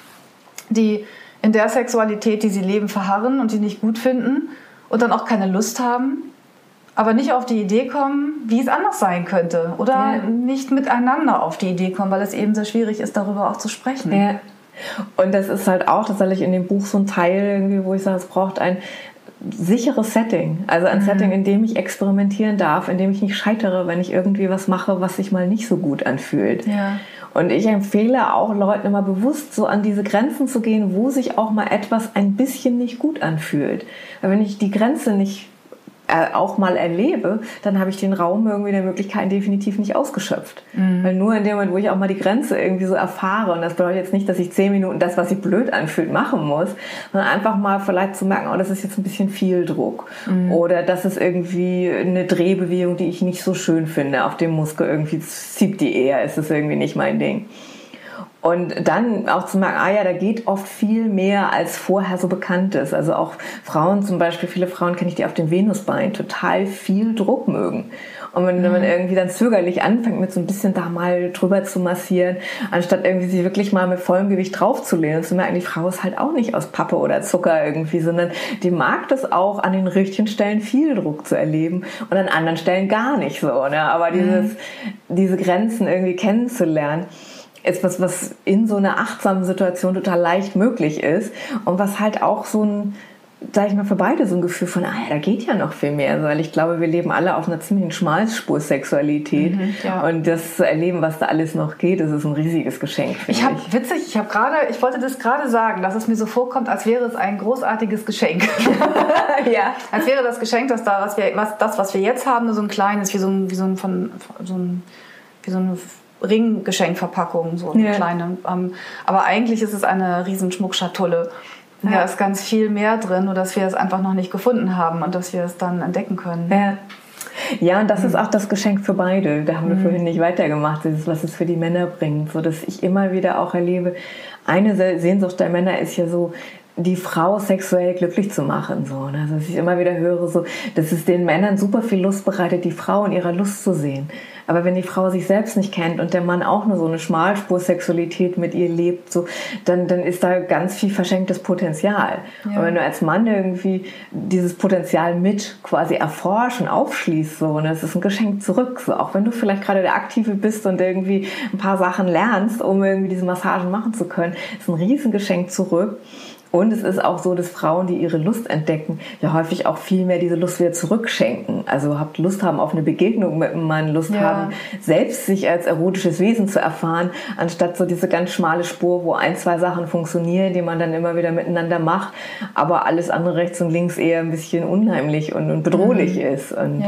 die in der Sexualität, die sie leben, verharren und die nicht gut finden und dann auch keine Lust haben, aber nicht auf die Idee kommen, wie es anders sein könnte. Oder nicht miteinander auf die Idee kommen, weil es eben so schwierig ist, darüber auch zu sprechen. Ja. Und das ist halt auch tatsächlich in dem Buch so ein Teil, irgendwie, wo ich sage, es braucht ein sicheres Setting. Also ein Setting, in dem ich experimentieren darf, in dem ich nicht scheitere, wenn ich irgendwie was mache, was sich mal nicht so gut anfühlt. Ja. Und ich empfehle auch Leuten immer bewusst so an diese Grenzen zu gehen, wo sich auch mal etwas ein bisschen nicht gut anfühlt. Weil wenn ich die Grenze nicht auch mal erlebe, dann habe ich den Raum irgendwie der Möglichkeiten definitiv nicht ausgeschöpft. Weil nur in dem Moment, wo ich auch mal die Grenze irgendwie so erfahre, und das bedeutet jetzt nicht, dass ich 10 Minuten das, was sich blöd anfühlt, machen muss, sondern einfach mal vielleicht zu merken, das ist jetzt ein bisschen viel Druck. Oder das ist irgendwie eine Drehbewegung, die ich nicht so schön finde. Auf dem Muskel irgendwie zieht die eher, ist das irgendwie nicht mein Ding. Und dann auch zu merken, da geht oft viel mehr, als vorher so bekannt ist. Also auch Frauen zum Beispiel, viele Frauen kenne ich, die auf dem Venusbein total viel Druck mögen. Und wenn man irgendwie dann zögerlich anfängt, mit so ein bisschen da mal drüber zu massieren, anstatt irgendwie sich wirklich mal mit vollem Gewicht draufzulehnen und zu merken, die Frau ist halt auch nicht aus Pappe oder Zucker irgendwie, sondern die mag das auch, an den richtigen Stellen viel Druck zu erleben und an anderen Stellen gar nicht so. Ne? Aber diese Grenzen irgendwie kennenzulernen, etwas, was in so einer achtsamen Situation total leicht möglich ist und was halt auch so ein, sag ich mal, für beide so ein Gefühl von, da geht ja noch viel mehr. Weil ich glaube, wir leben alle auf einer ziemlichen Schmalspur-Sexualität. Und das zu erleben, was da alles noch geht, das ist ein riesiges Geschenk. Ich wollte das gerade sagen, dass es mir so vorkommt, als wäre es ein großartiges Geschenk. Ja. Als wäre das Geschenk, was wir jetzt haben, nur so ein kleines, wie so eine Ringgeschenkverpackung, so eine kleine. Aber eigentlich ist es eine riesen Schmuckschatulle. Da ist ganz viel mehr drin, nur dass wir es einfach noch nicht gefunden haben und dass wir es dann entdecken können. Ja, und das ist auch das Geschenk für beide. Da haben wir vorhin nicht weitergemacht, was es für die Männer bringt. So, dass ich immer wieder auch erlebe, eine Sehnsucht der Männer ist ja so, die Frau sexuell glücklich zu machen. So, ne? Also, dass ich immer wieder höre, so, dass es den Männern super viel Lust bereitet, die Frau in ihrer Lust zu sehen. Aber wenn die Frau sich selbst nicht kennt und der Mann auch nur so eine Schmalspur-Sexualität mit ihr lebt, so, dann ist da ganz viel verschenktes Potenzial. Und wenn du als Mann irgendwie dieses Potenzial mit quasi erforscht und aufschließt, so, ne, das ist ein Geschenk zurück. So, auch wenn du vielleicht gerade der Aktive bist und irgendwie ein paar Sachen lernst, um irgendwie diese Massagen machen zu können, ist ein Riesengeschenk zurück. Und es ist auch so, dass Frauen, die ihre Lust entdecken, ja häufig auch viel mehr diese Lust wieder zurückschenken. Also Lust haben auf eine Begegnung mit einem Mann, Lust haben, selbst sich als erotisches Wesen zu erfahren, anstatt so diese ganz schmale Spur, wo 1, 2 Sachen funktionieren, die man dann immer wieder miteinander macht, aber alles andere rechts und links eher ein bisschen unheimlich und bedrohlich ist. Und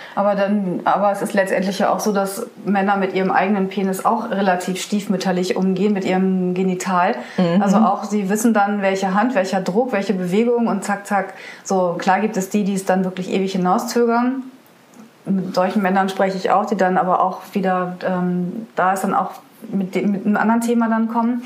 aber es ist letztendlich ja auch so, dass Männer mit ihrem eigenen Penis auch relativ stiefmütterlich umgehen, mit ihrem Genital. Also auch sie wissen dann, welche Hand, welcher Druck, welche Bewegung und zack, zack. So, klar gibt es die es dann wirklich ewig hinauszögern. Mit solchen Männern spreche ich auch, die dann aber auch wieder, da ist dann auch mit einem anderen Thema dann kommen.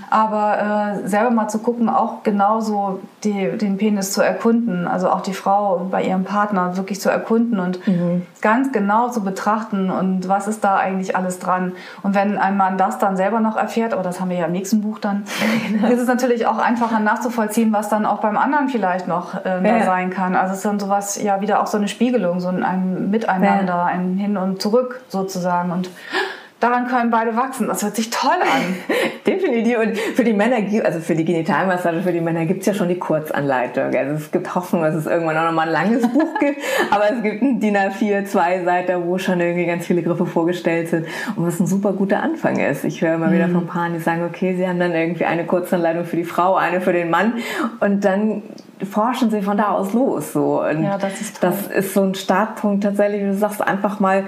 Aber selber mal zu gucken, auch genauso den Penis zu erkunden, also auch die Frau bei ihrem Partner wirklich zu erkunden und ganz genau zu betrachten und was ist da eigentlich alles dran. Und wenn ein Mann das dann selber noch erfährt, aber das haben wir ja im nächsten Buch dann, ist es natürlich auch einfacher nachzuvollziehen, was dann auch beim anderen vielleicht noch da sein kann. Also es ist dann sowas, ja wieder auch so eine Spiegelung, so ein Miteinander, ein Hin und Zurück sozusagen und daran können beide wachsen. Das hört sich toll an. Definitiv. Und für die Männer, also für die Genitalmassage, für die Männer gibt es ja schon die Kurzanleitung. Also es gibt Hoffnung, dass es irgendwann auch nochmal ein langes Buch gibt. Aber es gibt ein DIN A4, 2 Seiten, wo schon irgendwie ganz viele Griffe vorgestellt sind. Und was ein super guter Anfang ist. Ich höre immer wieder von Paaren, die sagen, okay, sie haben dann irgendwie eine Kurzanleitung für die Frau, eine für den Mann. Und dann forschen sie von da aus los. So. Und das ist toll. Das ist so ein Startpunkt tatsächlich, wie du sagst, einfach mal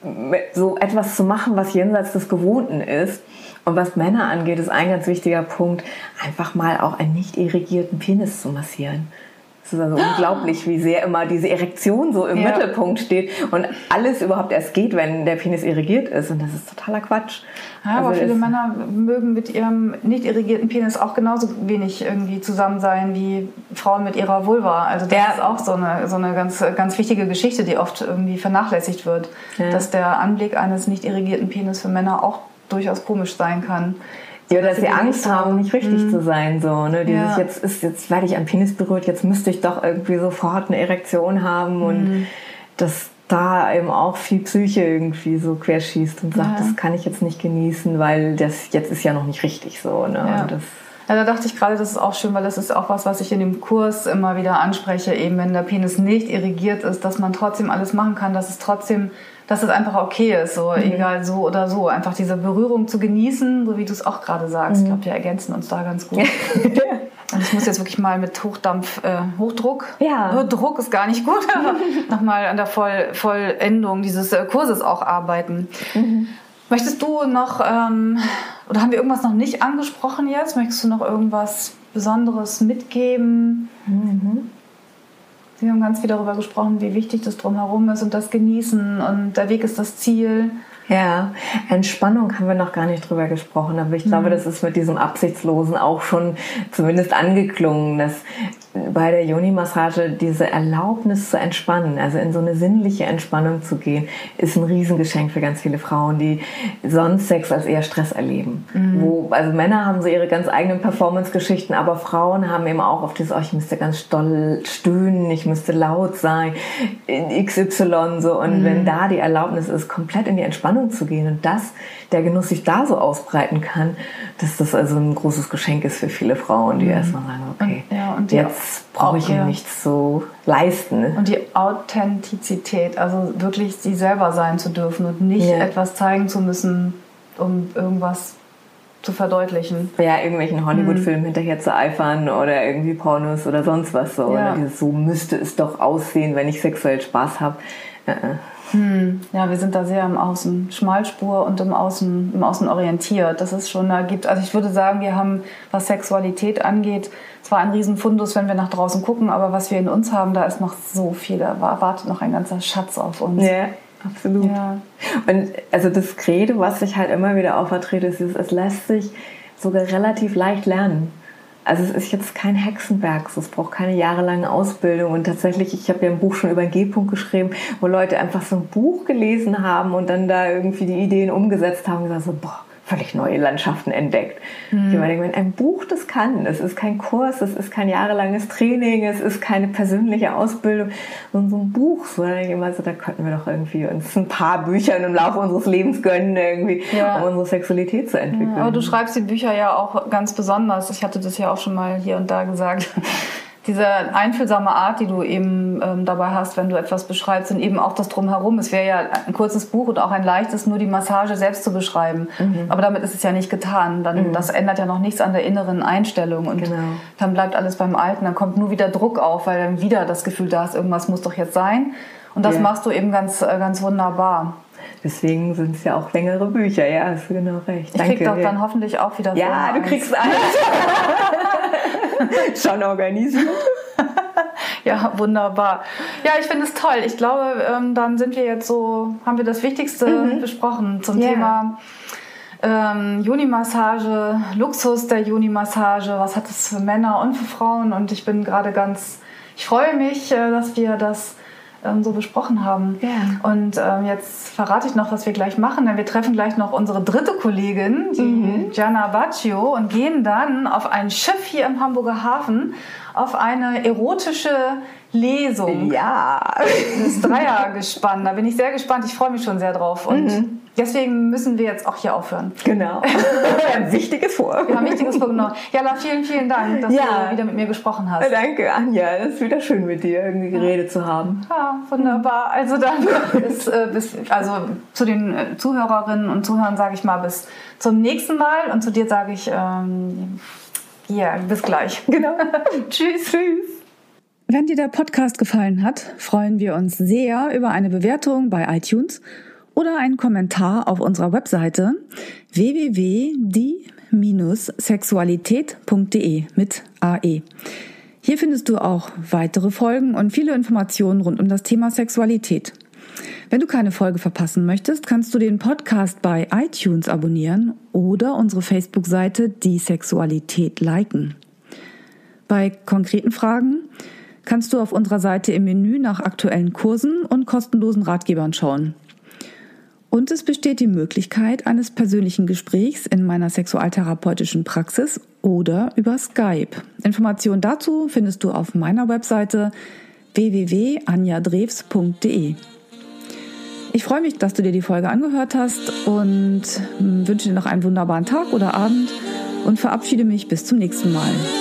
so etwas zu machen, was jenseits des Gewohnten ist. Und was Männer angeht, ist ein ganz wichtiger Punkt, einfach mal auch einen nicht irrigierten Penis zu massieren. Es ist also unglaublich, wie sehr immer diese Erektion so im Mittelpunkt steht und alles überhaupt erst geht, wenn der Penis irrigiert ist. Und das ist totaler Quatsch. Ja, aber viele Männer mögen mit ihrem nicht irrigierten Penis auch genauso wenig irgendwie zusammen sein wie Frauen mit ihrer Vulva. Also das ist auch so eine ganz, ganz wichtige Geschichte, die oft irgendwie vernachlässigt wird. Ja. Dass der Anblick eines nicht irrigierten Penis für Männer auch durchaus komisch sein kann. Ja, dass sie Angst haben, nicht richtig zu sein, so, ne? Jetzt werde ich am Penis berührt, jetzt müsste ich doch irgendwie sofort eine Erektion haben und dass da eben auch viel Psyche irgendwie so querschießt und sagt, das kann ich jetzt nicht genießen, weil das jetzt ist ja noch nicht richtig so, ne? Ja. Und das da dachte ich gerade, das ist auch schön, weil das ist auch was ich in dem Kurs immer wieder anspreche, eben wenn der Penis nicht irrigiert ist, dass man trotzdem alles machen kann, dass es einfach okay ist, so egal so oder so. Einfach diese Berührung zu genießen, so wie du es auch gerade sagst. Ich glaube, wir ergänzen uns da ganz gut. Und ich muss jetzt wirklich mal mit Hochdruck, Druck ist gar nicht gut, aber nochmal an der Vollendung dieses Kurses auch arbeiten. Möchtest du noch, oder haben wir irgendwas noch nicht angesprochen jetzt? Möchtest du noch irgendwas Besonderes mitgeben? Wir haben ganz viel darüber gesprochen, wie wichtig das Drumherum ist und das Genießen und der Weg ist das Ziel. Ja, Entspannung haben wir noch gar nicht drüber gesprochen, aber ich glaube, das ist mit diesem Absichtslosen auch schon zumindest angeklungen, dass bei der Yoni-Massage diese Erlaubnis zu entspannen, also in so eine sinnliche Entspannung zu gehen, ist ein Riesengeschenk für ganz viele Frauen, die sonst Sex als eher Stress erleben. Also Männer haben so ihre ganz eigenen Performance-Geschichten, aber Frauen haben eben auch auf dieses, ich müsste ganz doll stöhnen, ich müsste laut sein, in XY so. Und wenn da die Erlaubnis ist, komplett in die Entspannung zu gehen und der Genuss sich da so ausbreiten kann, dass das also ein großes Geschenk ist für viele Frauen, die erstmal sagen, okay, und jetzt brauche ich ja nichts zu leisten. Ne? Und die Authentizität, also wirklich sie selber sein zu dürfen und nicht etwas zeigen zu müssen, um irgendwas zu verdeutlichen. Ja, irgendwelchen Hollywood-Filmen hinterher zu eifern oder irgendwie Pornos oder sonst was so. Ja. Oder dieses, so müsste es doch aussehen, wenn ich sexuell Spaß habe. Ja, wir sind da sehr im Außen Schmalspur und im Außen orientiert. Das ist schon, also ich würde sagen, wir haben, was Sexualität angeht, zwar ein Riesenfundus, wenn wir nach draußen gucken, aber was wir in uns haben, da ist noch so viel, da wartet noch ein ganzer Schatz auf uns. Ja, absolut. Ja. Und also das Credo, was ich halt immer wieder auch vertrete, ist, es lässt sich sogar relativ leicht lernen. Also es ist jetzt kein Hexenwerk, es braucht keine jahrelange Ausbildung. Und tatsächlich, ich habe ja ein Buch schon über einen G-Punkt geschrieben, wo Leute einfach so ein Buch gelesen haben und dann da irgendwie die Ideen umgesetzt haben und gesagt so, völlig neue Landschaften entdeckt. Ich meine, wenn ein Buch das kann, es ist kein Kurs, es ist kein jahrelanges Training, es ist keine persönliche Ausbildung, sondern so ein Buch, so, da könnten wir doch irgendwie uns ein paar Bücher im Laufe unseres Lebens gönnen, irgendwie, um unsere Sexualität zu entwickeln. Ja, aber du schreibst die Bücher ja auch ganz besonders. Ich hatte das ja auch schon mal hier und da gesagt. Diese einfühlsame Art, die du eben dabei hast, wenn du etwas beschreibst und eben auch das Drumherum. Es wäre ja ein kurzes Buch und auch ein leichtes, nur die Massage selbst zu beschreiben. Aber damit ist es ja nicht getan. Das ändert ja noch nichts an der inneren Einstellung. Und dann bleibt alles beim Alten. Dann kommt nur wieder Druck auf, weil dann wieder das Gefühl da ist, irgendwas muss doch jetzt sein. Und das machst du eben ganz, ganz wunderbar. Deswegen sind es ja auch längere Bücher, ja, hast du genau recht. Ich krieg doch dann hoffentlich auch wieder Ja, du kriegst alles. Schon organisiert. Ja, wunderbar. Ja, ich finde es toll. Ich glaube, dann sind wir jetzt so, haben wir das Wichtigste besprochen zum Thema Yoni-Massage, Luxus der Yoni-Massage, was hat es für Männer und für Frauen, und ich bin gerade ich freue mich, dass wir das so besprochen haben. Ja. Und jetzt verrate ich noch, was wir gleich machen, denn wir treffen gleich noch unsere dritte Kollegin, die Gianna Baccio, und gehen dann auf ein Schiff hier im Hamburger Hafen auf eine erotische Lesung. Ja. Das Dreiergespann. Da bin ich sehr gespannt. Ich freue mich schon sehr drauf. Und deswegen müssen wir jetzt auch hier aufhören. Genau. Wir haben Wichtiges vor. Wir haben Wichtiges vorgenommen. Jana, vielen, vielen Dank, dass du wieder mit mir gesprochen hast. Danke, Anja. Es ist wieder schön, mit dir irgendwie geredet zu haben. Ja, wunderbar. Also dann also zu den Zuhörerinnen und Zuhörern sage ich mal bis zum nächsten Mal. Und zu dir sage ich bis gleich. Genau. Tschüss. Wenn dir der Podcast gefallen hat, freuen wir uns sehr über eine Bewertung bei iTunes oder einen Kommentar auf unserer Webseite www.die-sexualität.de mit AE. Hier findest du auch weitere Folgen und viele Informationen rund um das Thema Sexualität. Wenn du keine Folge verpassen möchtest, kannst du den Podcast bei iTunes abonnieren oder unsere Facebook-Seite Die Sexualität liken. Bei konkreten Fragen kannst du auf unserer Seite im Menü nach aktuellen Kursen und kostenlosen Ratgebern schauen. Und es besteht die Möglichkeit eines persönlichen Gesprächs in meiner sexualtherapeutischen Praxis oder über Skype. Informationen dazu findest du auf meiner Webseite www.anjadrews.de. Ich freue mich, dass du dir die Folge angehört hast und wünsche dir noch einen wunderbaren Tag oder Abend und verabschiede mich bis zum nächsten Mal.